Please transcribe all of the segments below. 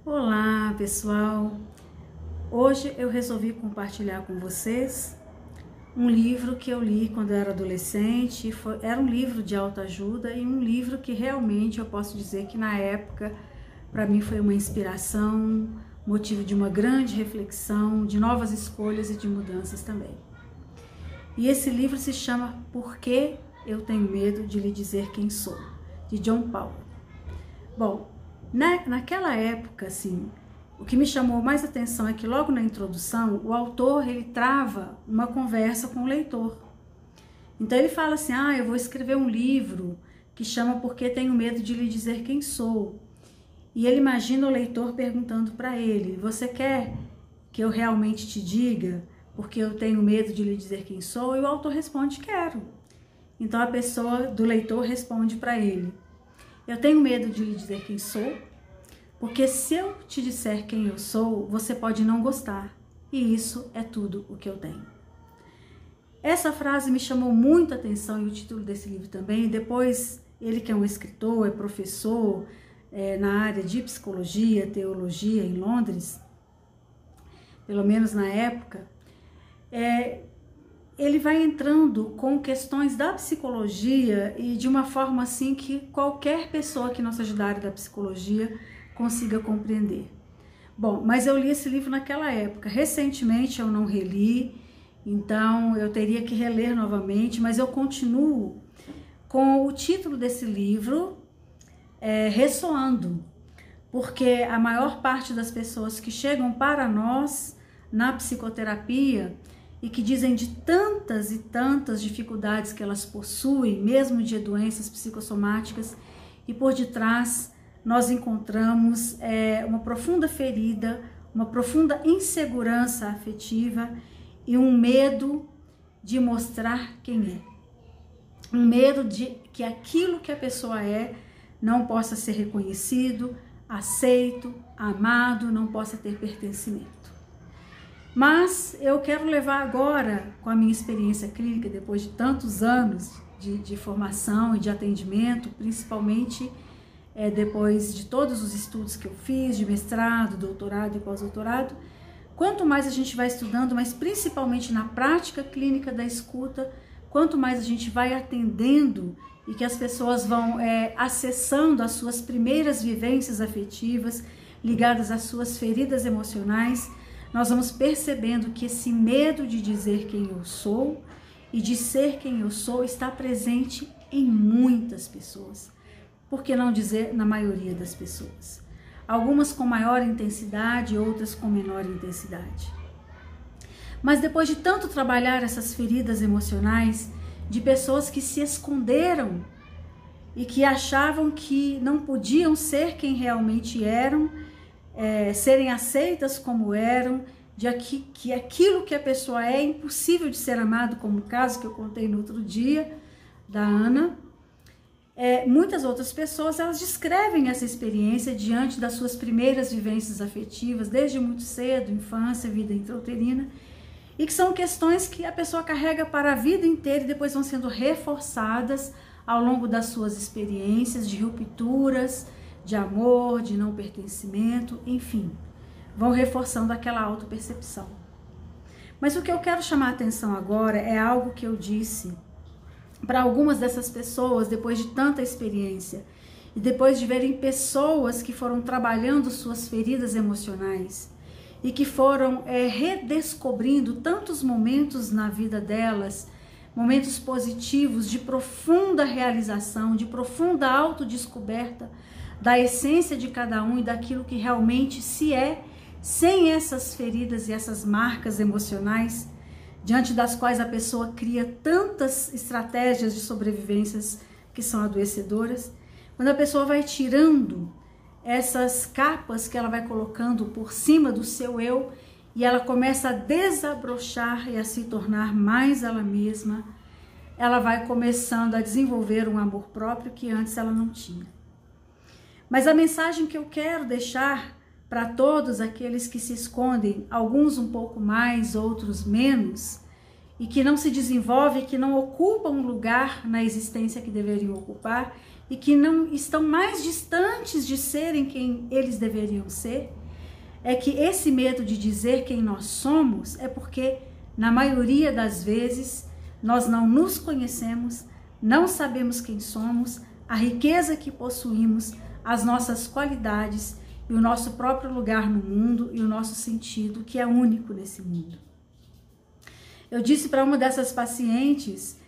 Olá, pessoal! Hoje eu resolvi compartilhar com vocês um livro que eu li quando eu era adolescente. Era um livro de autoajuda e um livro que realmente eu posso dizer que na época para mim foi uma inspiração, motivo de uma grande reflexão, de novas escolhas e de mudanças também. E esse livro se chama Por que eu tenho medo de lhe dizer quem sou, de John Paul. Bom, naquela época, assim, o que me chamou mais atenção é que logo na introdução, o autor, ele trava uma conversa com o leitor. Então ele fala assim, eu vou escrever um livro que chama Por que tenho medo de lhe dizer quem sou. E ele imagina o leitor perguntando para ele, você quer que eu realmente te diga porque eu tenho medo de lhe dizer quem sou? E o autor responde, quero. Então a pessoa do leitor responde para ele, eu tenho medo de lhe dizer quem sou, porque se eu te disser quem eu sou, você pode não gostar, e isso é tudo o que eu tenho. Essa frase me chamou muita atenção, e o título desse livro também. E depois, ele que é um escritor, é professor na área de psicologia, teologia em Londres, pelo menos na época, ele vai entrando com questões da psicologia e de uma forma assim que qualquer pessoa que não seja da área da psicologia consiga compreender. Bom, mas eu li esse livro naquela época. Recentemente eu não reli, então eu teria que reler novamente, mas eu continuo com o título desse livro ressoando, porque a maior parte das pessoas que chegam para nós na psicoterapia e que dizem de tantas e tantas dificuldades que elas possuem, mesmo de doenças psicossomáticas, e por detrás nós encontramos uma profunda ferida, uma profunda insegurança afetiva e um medo de mostrar quem é. Um medo de que aquilo que a pessoa é não possa ser reconhecido, aceito, amado, não possa ter pertencimento. Mas eu quero levar agora, com a minha experiência clínica, depois de tantos anos de formação e de atendimento, principalmente depois de todos os estudos que eu fiz, de mestrado, doutorado e pós-doutorado, quanto mais a gente vai estudando, mas principalmente na prática clínica da escuta, quanto mais a gente vai atendendo e que as pessoas vão acessando as suas primeiras vivências afetivas, ligadas às suas feridas emocionais, nós vamos percebendo que esse medo de dizer quem eu sou e de ser quem eu sou está presente em muitas pessoas. Por que não dizer na maioria das pessoas? Algumas com maior intensidade, outras com menor intensidade. Mas depois de tanto trabalhar essas feridas emocionais de pessoas que se esconderam e que achavam que não podiam ser quem realmente eram, serem aceitas como eram, que aquilo que a pessoa é impossível de ser amado, como o caso que eu contei no outro dia, da Ana. Muitas outras pessoas, elas descrevem essa experiência diante das suas primeiras vivências afetivas, desde muito cedo, infância, vida intrauterina, e que são questões que a pessoa carrega para a vida inteira e depois vão sendo reforçadas ao longo das suas experiências de rupturas, de amor, de não pertencimento, enfim, vão reforçando aquela autopercepção. Mas o que eu quero chamar a atenção agora é algo que eu disse para algumas dessas pessoas depois de tanta experiência e depois de verem pessoas que foram trabalhando suas feridas emocionais e que foram redescobrindo tantos momentos na vida delas, momentos positivos de profunda realização, de profunda autodescoberta da essência de cada um e daquilo que realmente se é, sem essas feridas e essas marcas emocionais, diante das quais a pessoa cria tantas estratégias de sobrevivências que são adoecedoras. Quando a pessoa vai tirando essas capas que ela vai colocando por cima do seu eu e ela começa a desabrochar e a se tornar mais ela mesma, ela vai começando a desenvolver um amor próprio que antes ela não tinha. Mas a mensagem que eu quero deixar para todos aqueles que se escondem, alguns um pouco mais, outros menos, e que não se desenvolvem, que não ocupam um lugar na existência que deveriam ocupar, e que não estão mais distantes de serem quem eles deveriam ser, é que esse medo de dizer quem nós somos é porque, na maioria das vezes, nós não nos conhecemos, não sabemos quem somos, a riqueza que possuímos, as nossas qualidades e o nosso próprio lugar no mundo e o nosso sentido, que é único nesse mundo. Eu disse para uma dessas pacientes,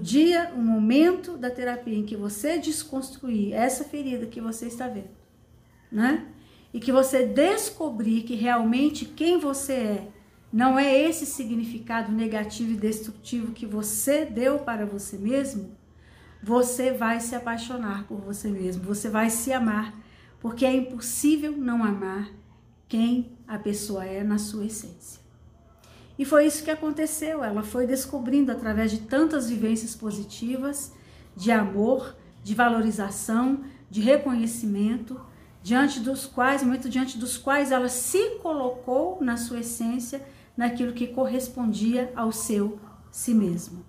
o momento da terapia em que você desconstruir essa ferida que você está vendo, né? E que você descobrir que realmente quem você é, não é esse significado negativo e destrutivo que você deu para você mesmo, você vai se apaixonar por você mesmo, você vai se amar, porque é impossível não amar quem a pessoa é na sua essência. E foi isso que aconteceu, ela foi descobrindo através de tantas vivências positivas, de amor, de valorização, de reconhecimento, momento diante dos quais ela se colocou na sua essência, naquilo que correspondia ao seu si mesmo.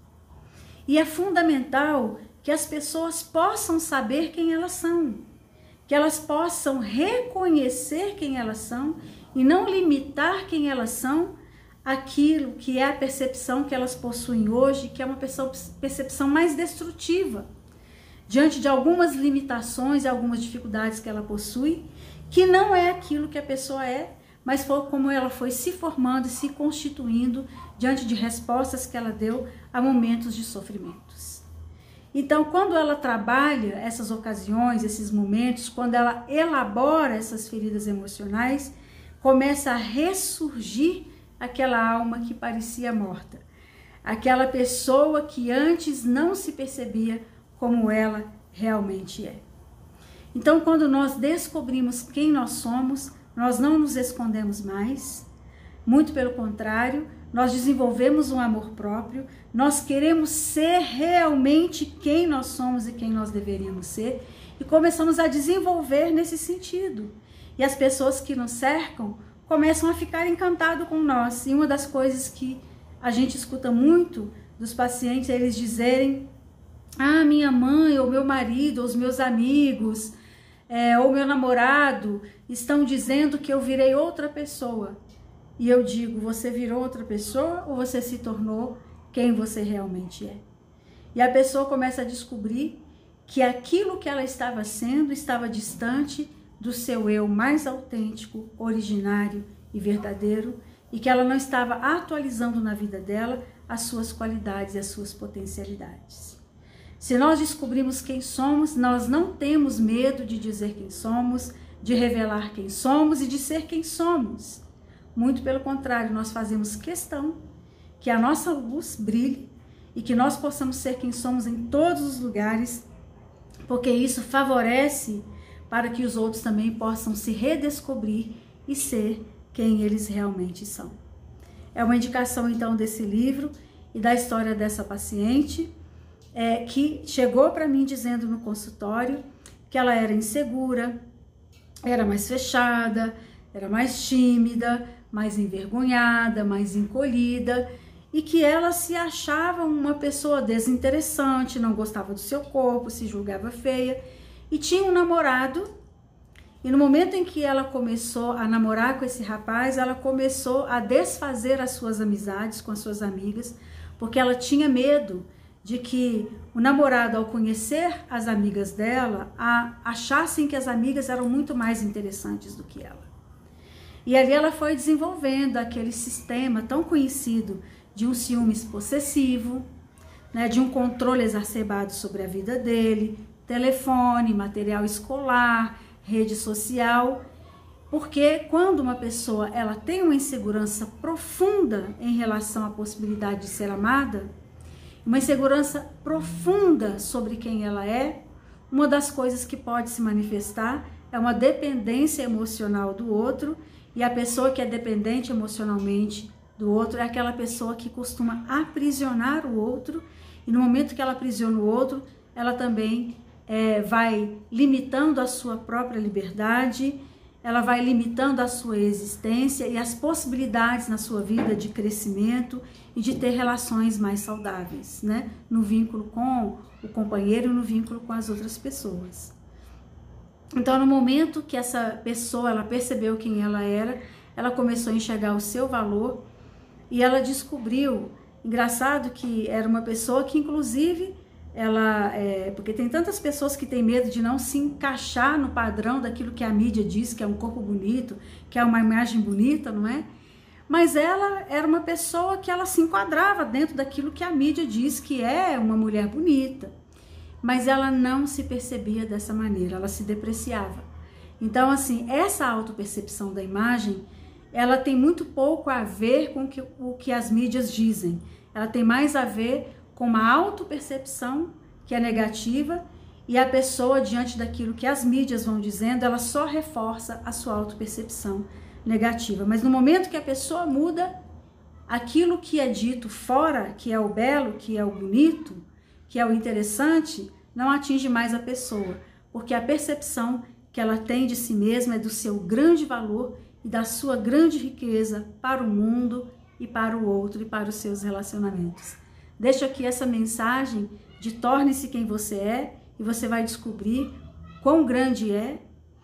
E é fundamental que as pessoas possam saber quem elas são, que elas possam reconhecer quem elas são e não limitar quem elas são aquilo que é a percepção que elas possuem hoje, que é uma percepção mais destrutiva, diante de algumas limitações e algumas dificuldades que ela possui, que não é aquilo que a pessoa é, mas foi como ela foi se formando e se constituindo diante de respostas que ela deu a momentos de sofrimentos. Então, quando ela trabalha essas ocasiões, esses momentos, quando ela elabora essas feridas emocionais, começa a ressurgir aquela alma que parecia morta, aquela pessoa que antes não se percebia como ela realmente é. Então, quando nós descobrimos quem nós somos, nós não nos escondemos mais, muito pelo contrário, nós desenvolvemos um amor próprio, nós queremos ser realmente quem nós somos e quem nós deveríamos ser, e começamos a desenvolver nesse sentido. E as pessoas que nos cercam começam a ficar encantados com nós. E uma das coisas que a gente escuta muito dos pacientes é eles dizerem: ah, minha mãe, ou meu marido, ou os meus amigos, ou meu namorado estão dizendo que eu virei outra pessoa. E eu digo, você virou outra pessoa ou você se tornou quem você realmente é? E a pessoa começa a descobrir que aquilo que ela estava sendo estava distante do seu eu mais autêntico, originário e verdadeiro, e que ela não estava atualizando na vida dela as suas qualidades e as suas potencialidades. Se nós descobrimos quem somos, nós não temos medo de dizer quem somos, de revelar quem somos e de ser quem somos. Muito pelo contrário, nós fazemos questão que a nossa luz brilhe e que nós possamos ser quem somos em todos os lugares, porque isso favorece para que os outros também possam se redescobrir e ser quem eles realmente são. É uma indicação então desse livro e da história dessa paciente, que chegou para mim dizendo no consultório que ela era insegura, era mais fechada, era mais tímida, mais envergonhada, mais encolhida, e que ela se achava uma pessoa desinteressante, não gostava do seu corpo, se julgava feia, e tinha um namorado. E no momento em que ela começou a namorar com esse rapaz, ela começou a desfazer as suas amizades com as suas amigas, porque ela tinha medo de que o namorado, ao conhecer as amigas dela, achassem que as amigas eram muito mais interessantes do que ela. E ali ela foi desenvolvendo aquele sistema tão conhecido de um ciúmes possessivo, né, de um controle exacerbado sobre a vida dele, telefone, material escolar, rede social, porque quando uma pessoa ela tem uma insegurança profunda em relação à possibilidade de ser amada, uma insegurança profunda sobre quem ela é, uma das coisas que pode se manifestar é uma dependência emocional do outro, e a pessoa que é dependente emocionalmente do outro é aquela pessoa que costuma aprisionar o outro, e no momento que ela aprisiona o outro, ela também vai limitando a sua própria liberdade, ela vai limitando a sua existência e as possibilidades na sua vida de crescimento e de ter relações mais saudáveis, né? No vínculo com o companheiro e no vínculo com as outras pessoas. Então, no momento que essa pessoa ela percebeu quem ela era, ela começou a enxergar o seu valor e ela descobriu, engraçado que era uma pessoa que inclusive porque tem tantas pessoas que têm medo de não se encaixar no padrão daquilo que a mídia diz que é um corpo bonito, que é uma imagem bonita, não é? Mas ela era uma pessoa que ela se enquadrava dentro daquilo que a mídia diz que é uma mulher bonita. Mas ela não se percebia dessa maneira, ela se depreciava. Então, assim, essa autopercepção da imagem, ela tem muito pouco a ver com o que as mídias dizem. Ela tem mais a ver com uma autopercepção que é negativa e a pessoa, diante daquilo que as mídias vão dizendo, ela só reforça a sua autopercepção negativa. Mas no momento que a pessoa muda, aquilo que é dito fora, que é o belo, que é o bonito, que é o interessante, não atinge mais a pessoa, porque a percepção que ela tem de si mesma é do seu grande valor e da sua grande riqueza para o mundo e para o outro e para os seus relacionamentos. Deixo aqui essa mensagem de torne-se quem você é e você vai descobrir quão grande é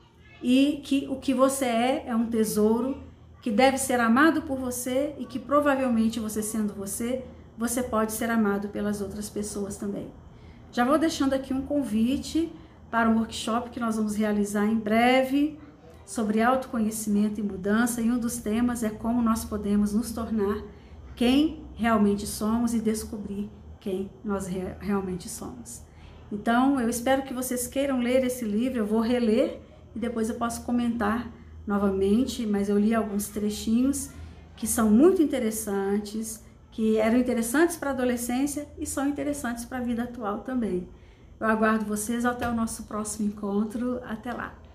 e que o que você é um tesouro que deve ser amado por você e que provavelmente você sendo você pode ser amado pelas outras pessoas também. Já vou deixando aqui um convite para um workshop que nós vamos realizar em breve sobre autoconhecimento e mudança, e um dos temas é como nós podemos nos tornar quem realmente somos e descobrir quem nós realmente somos. Então, eu espero que vocês queiram ler esse livro, eu vou reler e depois eu posso comentar novamente, mas eu li alguns trechinhos que são muito interessantes, que eram interessantes para a adolescência e são interessantes para a vida atual também. Eu aguardo vocês até o nosso próximo encontro. Até lá!